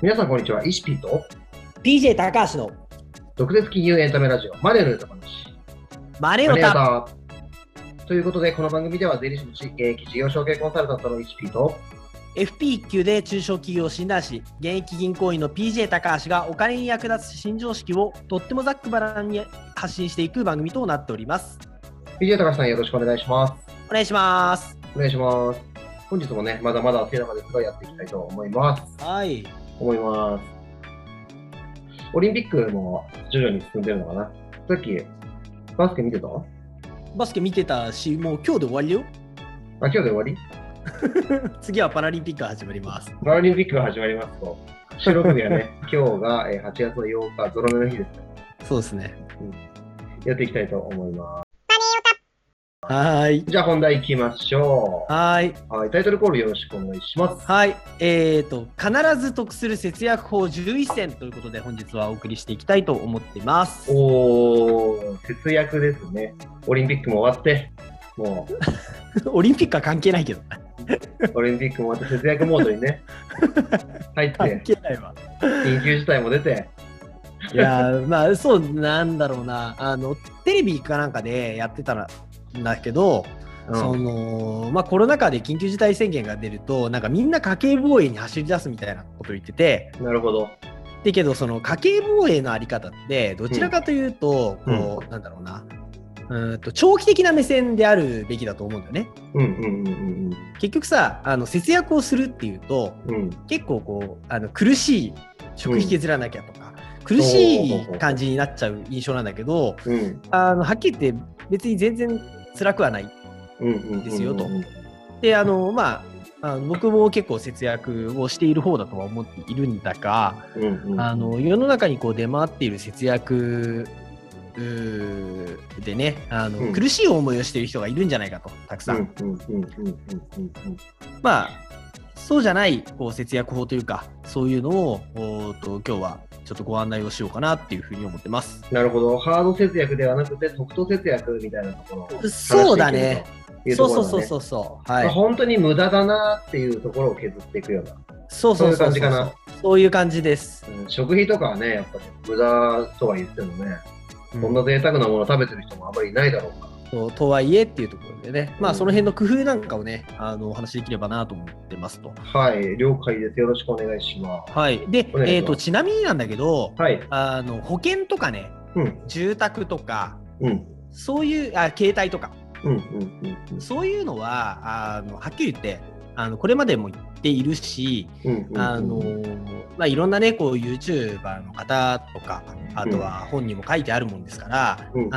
皆さんこんにちは。イシピと PJ 高橋の毒舌金融エンタメラジオマネーの歌話マネオタ。 ということで、この番組では税理士の現役事業承継コンサルタントのイシピと FP1 級で中小企業診断士、現役銀行員の PJ 高橋がお金に役立つ新常識をとってもざっくばらんに発信していく番組となっております。 PJ 高橋さん、よろしくお願いします。 お願いします。 お願いします。本日もね、まだまだ手長ですがやっていきたいと思います。 はい。 思います。オリンピックも徐々に進んでるのかな。さっきバスケ見てた？ バスケ見てたし、もう今日で終わりよ。 今日で終わり？ 次はパラリンピックが始まります。 パラリンピックが始まりますと、収録日はね、今日が8月の8日、ゾロ目の日ですね。 そうですね。 やっていきたいと思います。 はい。 じゃあ本題いきましょう。 はい。 タイトルコールよろしくお願いします。 はい。必ず得する節約法11選ということで本日はお送りしていきたいと思っています。 節約ですね。オリンピックも終わって、もう。オリンピックは関係ないけど。 オリンピックも終わって節約モードにね、入って、 関係ないわ。 緊急事態も出て。 いやまあそうなんだろうな。テレビかなんかでやってたんだけど、コロナ禍で緊急事態宣言が出るとなんかみんな家計防衛に走り出すみたいなことを言ってて。 なるほど。 だけどその家計防衛のあり方ってどちらかというと、なんだろうな、長期的な目線であるべきだと思うんだよね。結局さ、節約をするっていうと、結構こう苦しい食費削らなきゃとか、苦しい感じになっちゃう印象なんだけど、はっきり言って別に全然辛くはないですよと。で僕も結構節約をしている方だとは思っているんだが、世の中にこう出回っている節約でね、苦しい思いをしている人がいるんじゃないかと、たくさん。そうじゃないこう節約法というか、そういうのを今日はちょっとご案内をしようかなっていうふうに思ってます。 なるほど。ハード節約ではなくて得と節約みたいなところ。 そうだね。そう。 はい。本当に無駄だなっていうところを削っていくような。 そういう感じかな。そういう感じです。 食費とかはね、やっぱり無駄とは言ってもね、こんな贅沢なものを食べてる人もあまりいないだろうから。 そうとはいえっていうところでね、その辺の工夫なんかをね、お話しできればなと思ってますと。 はい、了解です。よろしくお願いします。 はい。で、ちなみになんだけど、 はい、 保険とかね、住宅とか、そういう携帯とか、そういうのははっきり言ってこれまでも言っているし、いろんなねこう YouTuber の方とかあとは本にも書いてあるもんですから、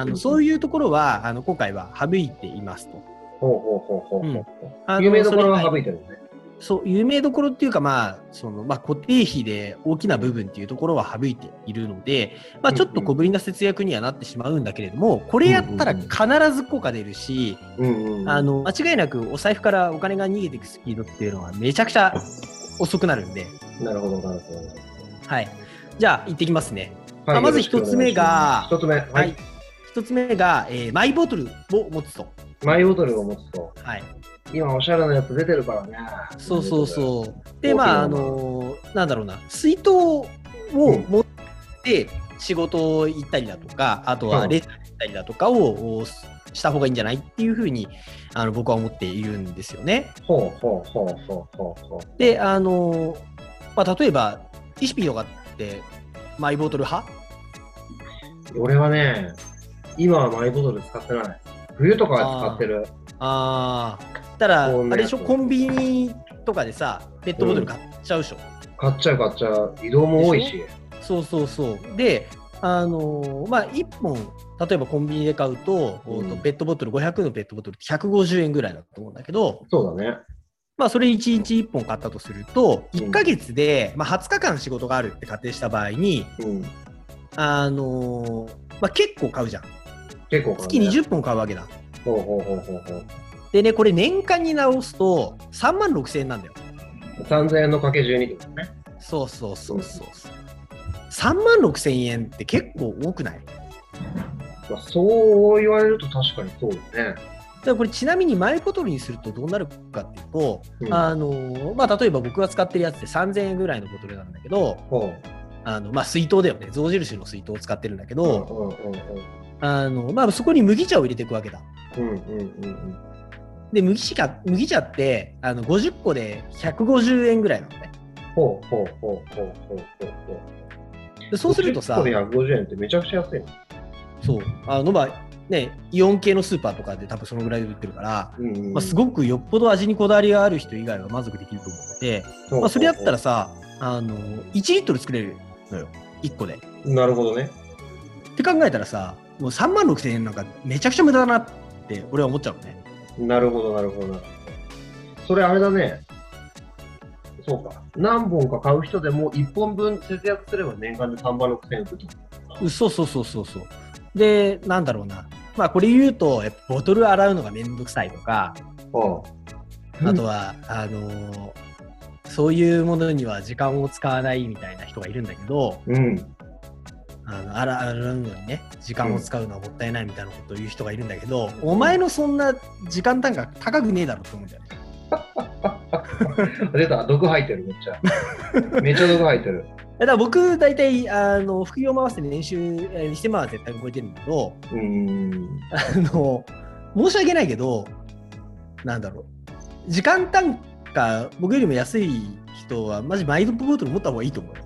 そういうところは今回は省いていますと。 有名どころは省いてるね。 そう有名どころっていうか固定費で大きな部分っていうところは省いているので、ちょっと小ぶりな節約にはなってしまうんだけれども、これやったら必ず効果出るし、間違いなくお財布からお金が逃げていくスピードっていうのはめちゃくちゃ遅くなるんで。 なるほど。 はい。じゃあ行ってきますね。まず一つ目が、マイボトルを持つと。 マイボトルを持つと。 はい。 今おしゃれなやつ出てるからね。 そう。でなんだろうな、水筒を持って仕事行ったりだとか、あとはレジ行ったりだとかをした方がいいんじゃないっていうふうに僕は思っているんですよね。で例えばイシピとかってマイボトル派？ 俺はね、今はマイボトル使ってない。冬とかは使ってる。 ただあれでしょ、コンビニとかでさペットボトル買っちゃうでしょ。 買っちゃう。移動も多いし。 そうで1本例えばコンビニで買うと、ペットボトル500のペットボトルって150円ぐらいだと思うんだけど、 そうだね。 それ1日1本買ったとすると1ヶ月で、20日間仕事があるって仮定した場合に、結構買うじゃん。 結構買うね。 月20本買うわけだ。でね、これ年間に直すと3万6000円なんだよ。 3000円のかけ12ってことね。 そう。3万6000円って結構多くない？ そう言われると確かにそうだね。 らこれちなみにマイボトルにするとどうなるかっていうと、 うんまあ、例えば僕が使ってるやつで3000円ぐらいのボトルなんだけど、 ほまあ、水筒だよね。象印の水筒を使ってるんだけう。 ど、まあ、そこに麦茶を入れていくわけだ。 うんうんうんで、麦茶って50個で150円ぐらいなのね。 ほうほうほうほうほうほうほう。 でそうするとさ、 50個で150円ってめちゃくちゃ安いの。 そうまあね、イオン系のスーパーとかで多分そのぐらいで売ってるから、まあ、すごくよっぽど味にこだわりがある人以外は満足できると思うので、まあ、それやったらさ、1リットル作れるのよ、1個で。 なるほどね。 って考えたらさ、もう3万6千円なんかめちゃくちゃ無駄だなって俺は思っちゃうのね。 なるほど、なるほど、なるほど。それあれだね。そうか。何本か買う人でも1本分節約すれば年間で3万6千円浮くと。 そう。で、なんだろうな。まあこれ言うと、やっぱボトル洗うのがめんどくさいとか、あとは、そういうものには時間を使わないみたいな人がいるんだけど、洗うのにね、時間を使うのはもったいないみたいなことを言う人がいるんだけど、お前のそんな時間単価高くねえだろと思うんだよね。 出た、毒吐いてる、めっちゃ。めっちゃ毒吐いてる。 だから僕、大体、副業回して年収2000万は絶対超えてるんだけど、申し訳ないけど、なんだろう、時間単価、僕よりも安い人は、マジマイルボトル持った方がいいと思うよ。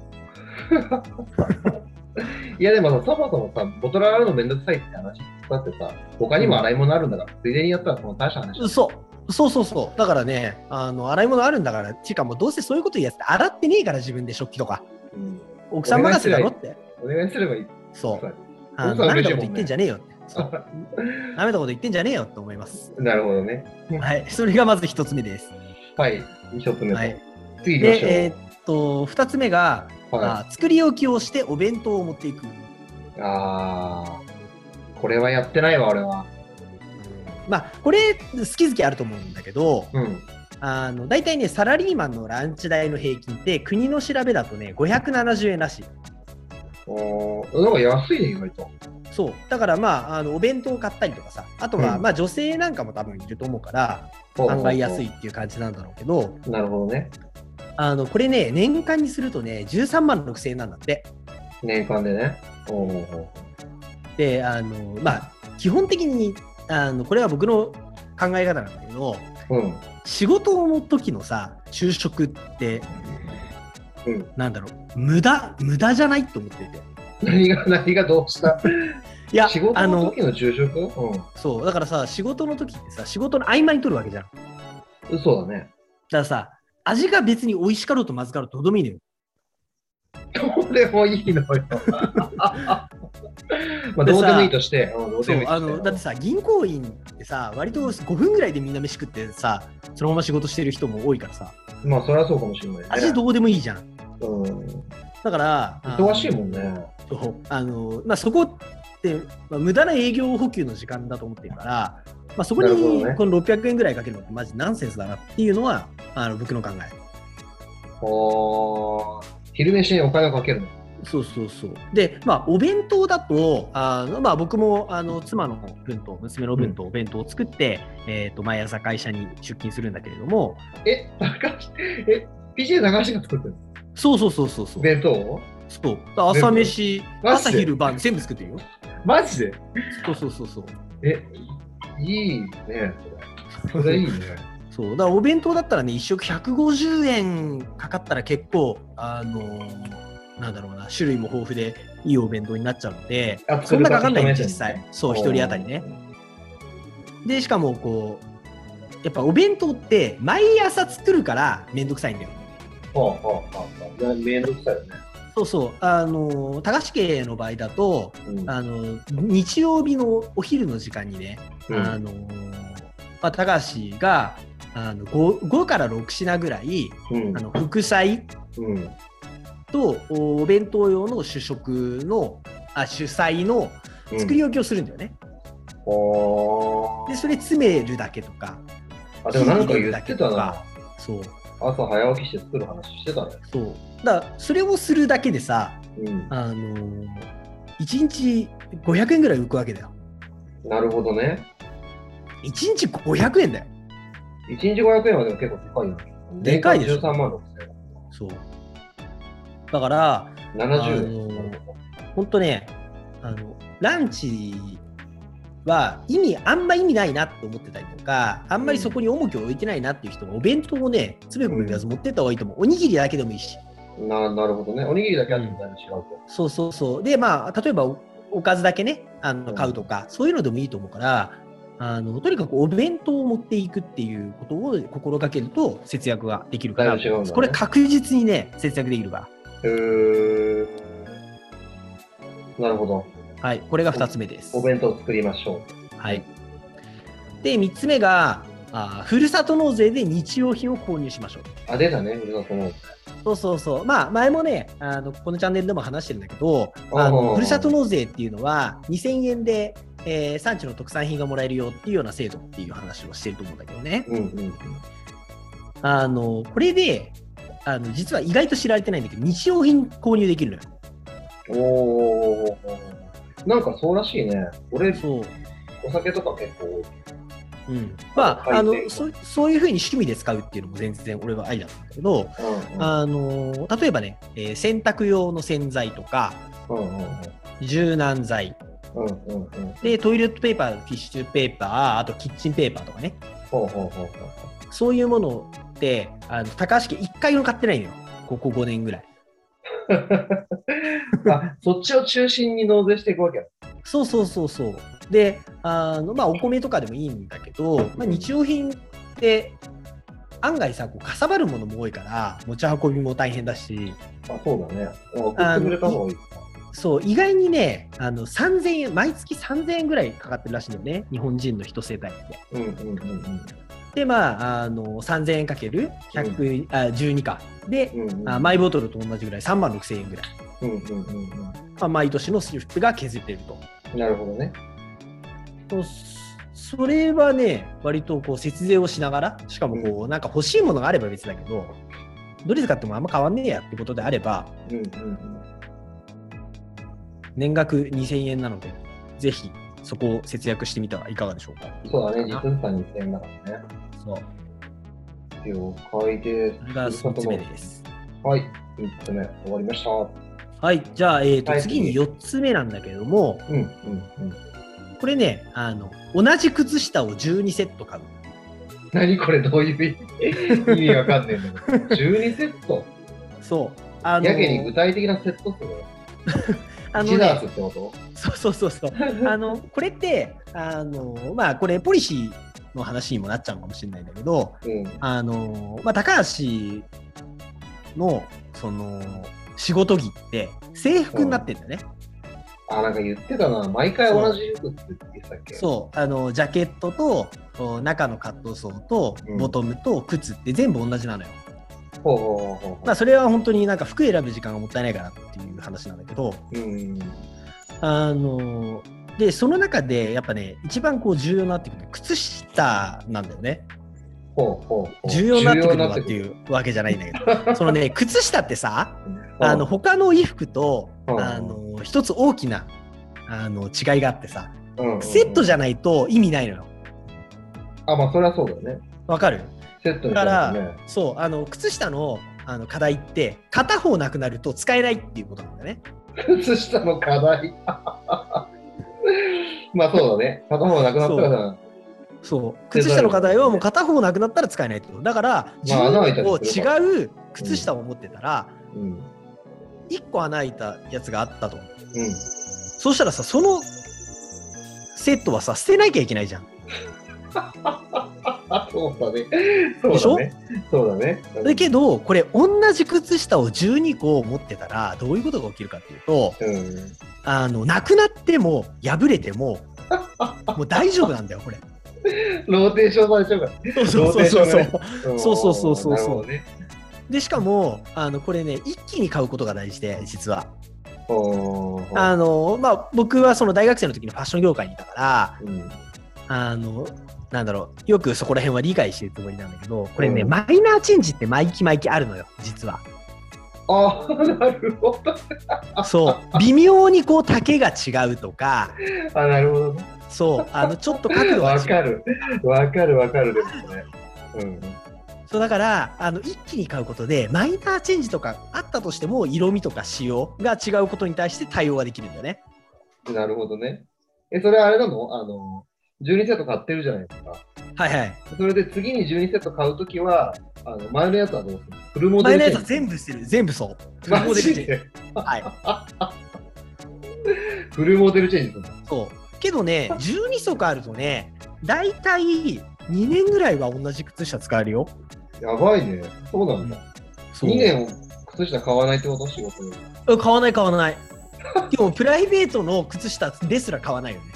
いやでもそもそもさ、ボトル洗うのめんどくさいって話だってさ、他にも洗い物あるんだから、ついでにやったらその大した話。 そう。だからね、洗い物あるんだから、ちかもどうせそういうこと言うやつって洗ってねえから自分で食器とか。奥さん任せだろって。 お願いすればいい。 そう。舐めたこと言ってんじゃねえよって。舐めたこと言ってんじゃねえよって思います。 なるほどね。 はい。それがまず一つ目です。 はい。一つ目。 はい。 次行きましょう。二つ目が、作り置きをしてお弁当を持っていく。 これはやってないわ、俺は。 まあ、これ、好きあると思うんだけど、大体ね、サラリーマンのランチ代の平均って、国の調べだとね、570円らしい。 なんか安いね、意外と。 そう。だからまあ、お弁当を買ったりとかさ、あとは、まあ、女性なんかも多分いると思うから、案外安いっていう感じなんだろうけど、 なるほどね。 これね、年間にするとね、13万6千円なんだって。 年間でね。 で、まあ、基本的に、これは僕の考え方なんだけど、仕事の時のさ、昼食って、なんだろう、無駄じゃないと思ってて。 何がどうしたいや、 仕事の時の昼食？ そう、だからさ、仕事の時ってさ、仕事の合間に取るわけじゃん。 そうだね。 だからさ、味が別に美味しかろうとまずかろうとどうでもいいのよ。 どうでもいいのよ。まあ、どうでもいいとして。 だってさ、銀行員ってさ、割と5分ぐらいでみんな飯食ってさ、そのまま仕事してる人も多いからさ。 まあ、それはそうかもしれないね。 味どうでもいいじゃん。だから、 忙しいもんね。 まあ、そこって、無駄な営業補給の時間だと思ってるから、まあ、そこにこの600円ぐらいかけるのってマジナンセンスだなっていうのは僕の考え。 昼飯にお金をかけるの。 そう。で、まあ、お弁当だと、まあ、僕も妻の分と娘の分とお弁当を作って、毎朝会社に出勤するんだけれども。 PJ 高橋が作ってるの？ そう。 弁当？ そう。朝飯、朝昼晩全部作ってるよ。 マジで？ そう。 いいね。それいいね。 そう。だからお弁当だったらね、1食150円かかったら結構、なんだろうな、種類も豊富でいいお弁当になっちゃうので、そんなかかんないよ、実際。そう、1人当たりね。で、しかも、こう、やっぱお弁当って毎朝作るからめんどくさいんだよ。 めんどくさいよね。 そう。高橋家の場合だと、日曜日のお昼の時間にね、高橋が5から6品ぐらい、副菜とお弁当用の主菜の作り置きをするんだよね。で、それ詰めるだけとか。 でもなんか言ってたな。 そう。 朝早起きして作る話してたね。 そう。だからそれをするだけでさ、1日500円ぐらい浮くわけだよ。 なるほどね。 1日500円だよ。 1日500円はでも結構高いよ。 でかいでしょ。 13万6千円。 そう。だから、 70円。 ほんとね、ランチはあんま意味ないなって思ってたりとか、あんまりそこに重きを置いてないなっていう人は、お弁当をね、つべこべ言わず持ってった方がいいと思う。おにぎりだけでもいいし。 なるほどね。おにぎりだけあってもだいぶ違うと。 そうそうそう。で、まあ、例えばおかずだけね、買うとか、そういうのでもいいと思うから、とにかくお弁当を持っていくっていうことを心がけると節約ができるから、ね、これ確実にね、節約できるから。 なるほど。 はい、これが2つ目です。 お弁当を作りましょう。 はい。で、3つ目が、ふるさと納税で日用品を購入しましょう。 出たね、ふるさと納税。 そう。まあ、前もね、このチャンネルでも話してるんだけど、ふるさと納税っていうのは、2000円で、産地の特産品がもらえるよっていうような制度っていう話をしてると思うんだけどね。これで、実は意外と知られてないんだけど、日用品購入できるのよ。なんかそうらしいね。俺、お酒とか結構。 まあ、そういうふうに趣味で使うっていうのも全然俺はありだったんだけど、例えばね、洗濯用の洗剤とか、柔軟剤、で、トイレットペーパー、ティッシュペーパー、あとキッチンペーパーとかね。そういうものって、高橋家1回も買ってないのよ。ここ5年ぐらい。 そっちを中心に納税していくわけや。 そう。で、まあ、お米とかでもいいんだけど、まあ、日用品って案外さ、かさばるものも多いから持ち運びも大変だし。 そうだね。送ってくれた方がいい。 そう、意外にね、3000円、毎月3000円ぐらいかかってるらしいんだよね、日本人の一世帯って。で、まあ、3000円かける12か。で、マイボトルと同じぐらい、3万6000円ぐらい。まあ、毎年の支出が削っていると。 なるほどね。 それはね、割とこう節税をしながら、しかもこう、なんか欲しいものがあれば別だけど、どれ使ってもあんま変わんねえやってことであれば、年額2000円なので、ぜひそこを節約してみてはいかがでしょうか。 そうだね、実分2000円だからね。 そう。 了解です。 それが3つ目です。 はい、3つ目終わりました。 はい、じゃあ、次に4つ目なんだけれども、これね、同じ靴下を12セット買う。 何これ、どういう意味わかんねえんだけど。12セット？ そう。 やけに具体的なセット数1ダースってこと？ そう。これって、まあ、これ、ポリシーの話にもなっちゃうかもしれないんだけど、まあ、高橋の、仕事着って制服になってるんだよね。 なんか言ってたな。毎回同じ服って言ってたっけ？ そう。ジャケットと、中のカットソーと、ボトムと靴って全部同じなのよ。まあ、それは本当になんか服選ぶ時間がもったいないかなっていう話なんだけど、で、その中でやっぱね、一番こう重要になってくる靴下なんだよね。重要になってくるのかっていうわけじゃないんだけど、そのね、靴下ってさ、他の衣服と一つ大きな違いがあってさ、セットじゃないと意味ないのよ。 まあそれはそうだよね。 わかる？ セットだからそう靴下の課題って片方なくなると使えないっていうことなんだね。 靴下の課題まあそうだね。片方なくなったらそう靴下の課題はもう片方なくなったら使えないってことだから、12個違う靴下を持ってたら、1個穴開いたやつがあったと、そうしたらさ、そのセットはさ捨てなきゃいけないじゃん。 そうだね。 でしょ？ そうだね。 だけどこれ同じ靴下を12個持ってたらどういうことが起きるかっていうと、なくなっても破れてももう大丈夫なんだよこれ。 ローテーションされちゃうから。 そう。でしかもこれね一気に買うことが大事で、実は。まあ僕はその大学生の時にファッション業界にいたから、なんだろう、よくそこら辺は理解してるつもりなんだけど、これね、マイナーチェンジって毎期あるのよ、実は。 なるほど。 そう、微妙にこう丈が違うとか、 なるほどね。 そう、ちょっと角度が違う。 わかるですね。うん。 そうだから一気に買うことでマイナーチェンジとかあったとしても色味とか仕様が違うことに対して対応ができるんだよね。 なるほどね。それあれなの12セット買ってるじゃないですか。 はいはい。 それで次に12セット買うときは、前のやつはどうするの？フルモデ前ルチェンジ。 のやつは全部してる。全部そう。フマルモデルチェンジ。 ジではい。 フルモデルチェンジするの？ そう。けどね、12足あるとね、だいたい2年ぐらいは同じ靴下使えるよ。 やばいね。そうなんだ。 そう 2年靴下買わないってこと？仕事で。 買わない買わない。でもプライベートの靴下ですら買わないよね。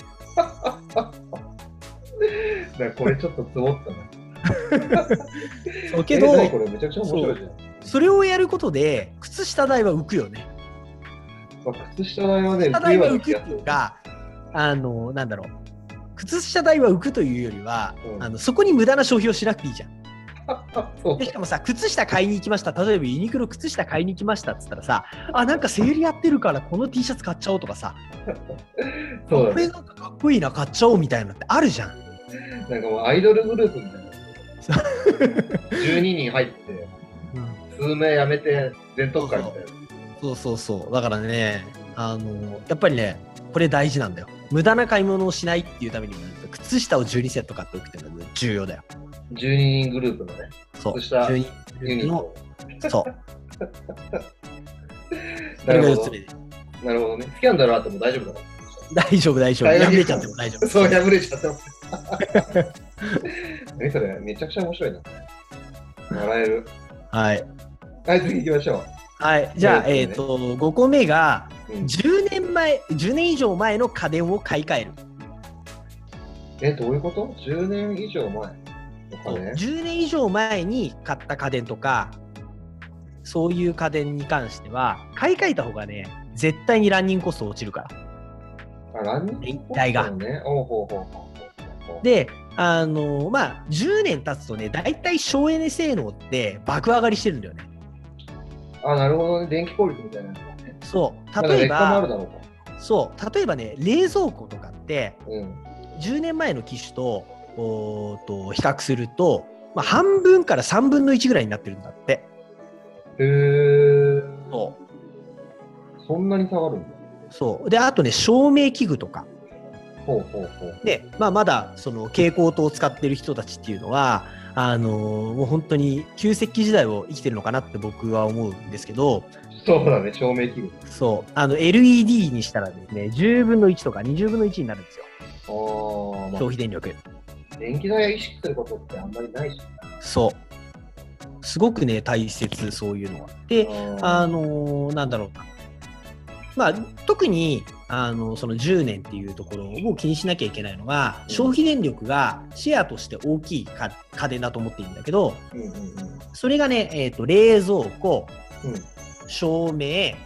これちょっと積もったな。 そうけど、 これめちゃくちゃ面白いじゃん。 それをやることで靴下代は浮くよね。 靴下代はね、 靴下代は浮くっていうか、なんだろう。靴下代は浮くというよりは、そこに無駄な消費をしなくていいじゃん。でしかもさ、靴下買いに行きました。例えばユニクロ靴下買いに行きましたっつったらさ、なんかセールやってるからこの T シャツ買っちゃおうとかさ、 そうだね、 これなんかかっこいいな買っちゃおうみたいなのってあるじゃん。 なんかもうアイドルグループみたいな。12人入って、数名やめて全特会みたいな。 そう。だからね、やっぱりね、これ大事なんだよ。無駄な買い物をしないっていうためにも、靴下を12セット買っておくっていうのが重要だよ。 12人グループのね。 そう。 靴下 12ユニット。そう。 なるほど。なるほどね。スキャンダルあっても大丈夫だから。 大丈夫。破れちゃっても大丈夫。 そう、破れちゃっても。それ、めちゃくちゃ面白いな。笑える。 はい。 はい、次行きましょう。 はい。じゃあ、5個目が、10年以上前の家電を買い替える。 どういうこと？ 10 年以上前の家電 ？10年以上前に買った家電とか、そういう家電に関しては、買い替えた方がね、絶対にランニングコスト落ちるから。 ランニングコスト代が。で、10年経つとね、だいたい省エネ性能って爆上がりしてるんだよね。 なるほどね。電気効率みたいなやつだね。 そう。例えばね、冷蔵庫とかって、10年前の機種と比較すると、半分から3分の1ぐらいになってるんだって。 へー。そんなに下がるんだ。 そう。で、あとね、照明器具とか。で、まだその蛍光灯を使ってる人たちっていうのは、もう本当に旧石器時代を生きてるのかなって僕は思うんですけど、 そうだね、照明器具。 そう。LED にしたらですね、10分の1とか20分の1になるんですよ。消費電力。 電気代を意識することってあんまりないし。 そう。すごくね、大切、そういうのは。で、なんだろうな。特に、その10年っていうところを気にしなきゃいけないのが、消費電力がシェアとして大きい家電だと思っていいんだけど、それがね、冷蔵庫、照明、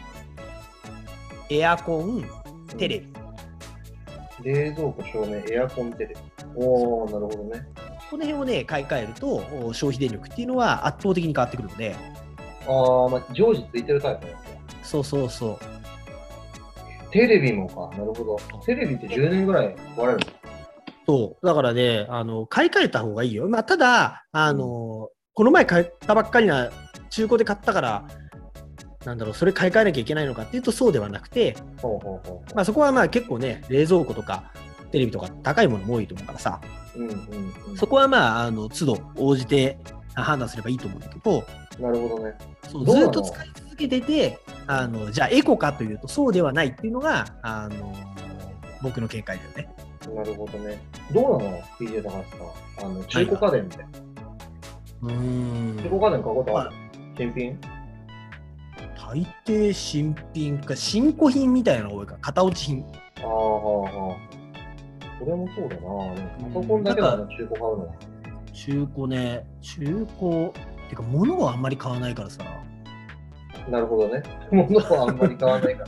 エアコン、テレビ。 冷蔵庫、照明、エアコン、テレビ。おー、なるほどね。 この辺をね、買い替えると、消費電力っていうのは圧倒的に変わってくるので。 常時ついてるタイプなんですよ。 そう。 テレビもか。なるほど。テレビって10年ぐらい壊れるの？ そう。だからね、買い替えた方がいいよ。ただ、この前買ったばっかりな中古で買ったから、それ買い替えなきゃいけないのかっていうとそうではなくて、そこは結構ね、冷蔵庫とかテレビとか高いものも多いと思うからさ、そこは都度応じて判断すればいいと思うんだけど、 なるほどね。 そうずっと使い続けてて、じゃあエコかというとそうではないっていうのが、僕の見解だよね。 なるほどね。どうなの PJ 高橋さん。中古家電って。中古家電買うことある？新品？ 大抵新品か、新古品みたいなのが多いから、型落ち品。 それもそうだな。パソコンだけだな、中古買うのは。 中古ね、ってか、物はあんまり買わないからさ。 なるほどね。物はあんまり買わないから。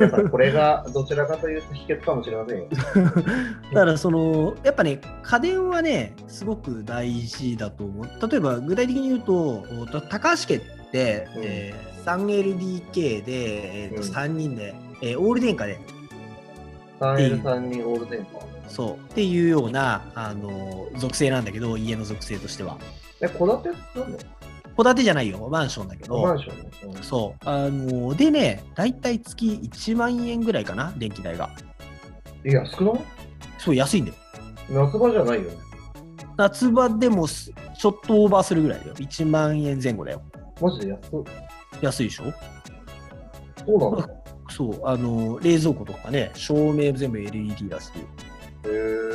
やっぱこれがどちらかというと秘訣かもしれませんよ。 だからやっぱね、家電はね、すごく大事だと思う。例えば、具体的に言うと、高橋家って、3LDK で、3人で、オール電化で 3L3 にオール電化。 そうっていうような属性なんだけど、家の属性としては。 戸建てってなんの？ 戸建てじゃないよ、マンションだけど。 マンションね。 うん、そう。でね、だいたい月1万円ぐらいかな、電気代が。 安くない？ そう、安いんだよ。 夏場じゃないよね。 夏場でもちょっとオーバーするぐらいだよ。1万円前後だよ。 マジで安いでしょ？ そうなの？ そう、冷蔵庫とかね、照明全部 LED だし。 で、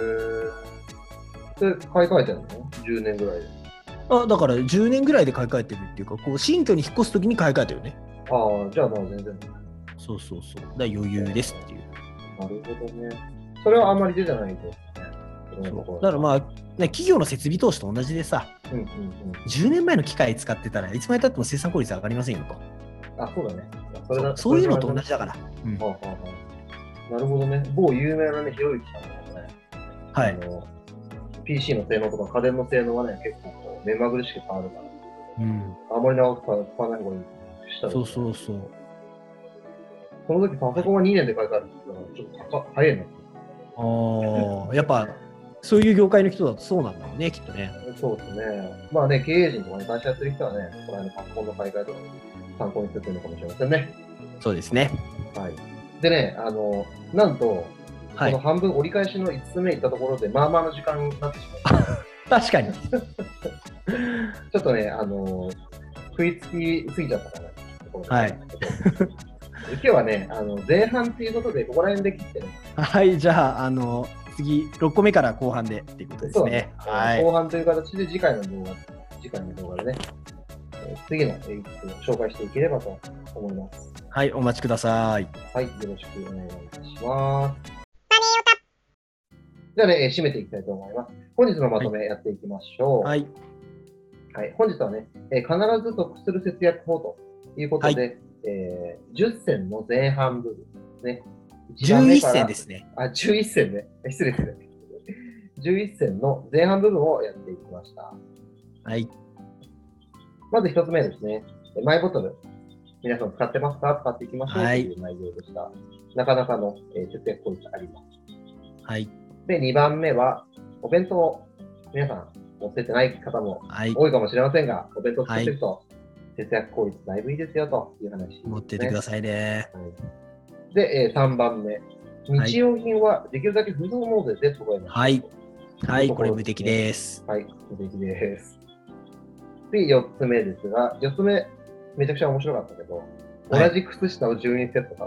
買い替えてんの ?10 年ぐらいで。 だから10年ぐらいで買い替えてるっていうか、こう新居に引っ越すときに買い替えてるね。 じゃあまあ全然。 そうそうそう。だ余裕ですっていう。 なるほどね。それはあんまり出てないと。 そうだからまあ、ね、企業の設備投資と同じでさ、10年前の機械使ってたらいつまでたっても生産効率上がりませんよと。 そうだね。 そういうのと同じだから。 なるほどね。某有名なね、ひろゆきさんとかね。 はい。 PC の性能とか家電の性能はね、結構目まぐるしく変わるから。あんまり長く使わない方がいいしたら。そう。その時パソコンは2年で買い替えるって言ったら、ちょっと早いな。 やっぱ、そういう業界の人だとそうなんだろうね、きっとね。 そうですね。まあね、経営陣とかに会社やってる人はね、この辺のパソコンの買い替えとか参考にするのかもしれませんね。 そうですね。 はい。でね、なんと、この半分折り返しの5つ目行ったところで、まあまあの時間になってしまった。 確かに。ちょっとね、食いつきすぎちゃったかな。 はい。 今日はね、前半ということで、ここら辺で切ってね。 はい、じゃあ、次、6個目から後半でっていうことですね。 はい。後半という形で次回の動画でね、次の5つ紹介していければと思います。 はい、お待ちください。 はい、よろしくお願いいたします。じゃあね、締めていきたいと思います。本日のまとめやっていきましょう。はい。はい、本日はね、必ず得する節約法ということで、10銭の前半部分ですね。 11銭ですね。 11銭ね。失礼ですね。11銭の前半部分をやっていきました。 はい。 まず1つ目ですね。マイボトル。皆さん使ってますか？使っていきましょうという内容でした。なかなかの節約効率あります。 はい。 で、2番目は、お弁当。皆さん、持っててない方も多いかもしれませんが、お弁当作ってると、節約効率だいぶいいですよという話、 持っててくださいね。 で、3番目。日用品はできるだけ不動納税で揃えます。 はい。はい、これ無敵です。 はい、無敵です。で、4つ目ですが、4つ目、めちゃくちゃ面白かったけど、同じ靴下を12セット買った。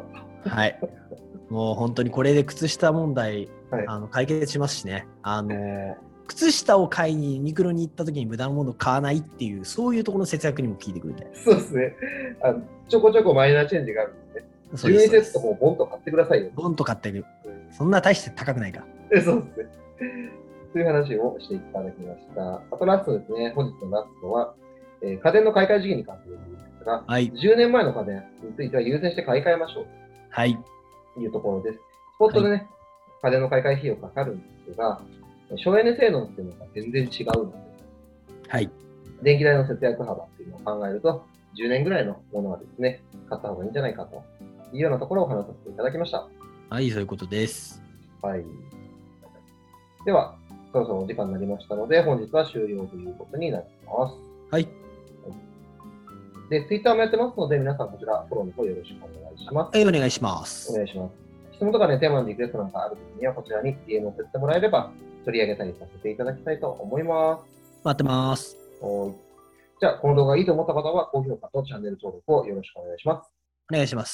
はい。もう本当にこれで靴下問題、解決しますしね。靴下を買いにユニクロに行った時に無駄なものを買わないっていう、そういうところの節約にも効いてくるんで。 そうですね。ちょこちょこマイナーチェンジがあるんですね。12セットもボンと買ってくださいよ。 ボンと買ってくる。そんな大して高くないから。 そうですね。という話をしていただきました。あとラストですね。本日のラストは、家電の買い替え時期に関するんですが、10年前の家電については優先して買い替えましょうというところです。スポットでね、家電の買い替え費用かかるんですが、省エネ性能っていうのが全然違うので、電気代の節約幅っていうのを考えると、10年ぐらいのものはですね、買った方がいいんじゃないかというようなところを話させていただきました。 はい、そういうことです。 はい。では、そろそろお時間になりましたので、本日は終了ということになります。 はい。 で、Twitter もやってますので、皆さんこちらフォローの方よろしくお願いします。 はい、お願いします。 お願いします。質問とかね、テーマのリクエストなんかあるときには、こちらに DM を送ってもらえれば、取り上げたりさせていただきたいと思います。 待ってます。 じゃあ、この動画がいいと思った方は、高評価とチャンネル登録をよろしくお願いします。 お願いします。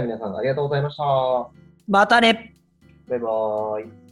それでは皆さんありがとうございました。 またね。 バイバーイ。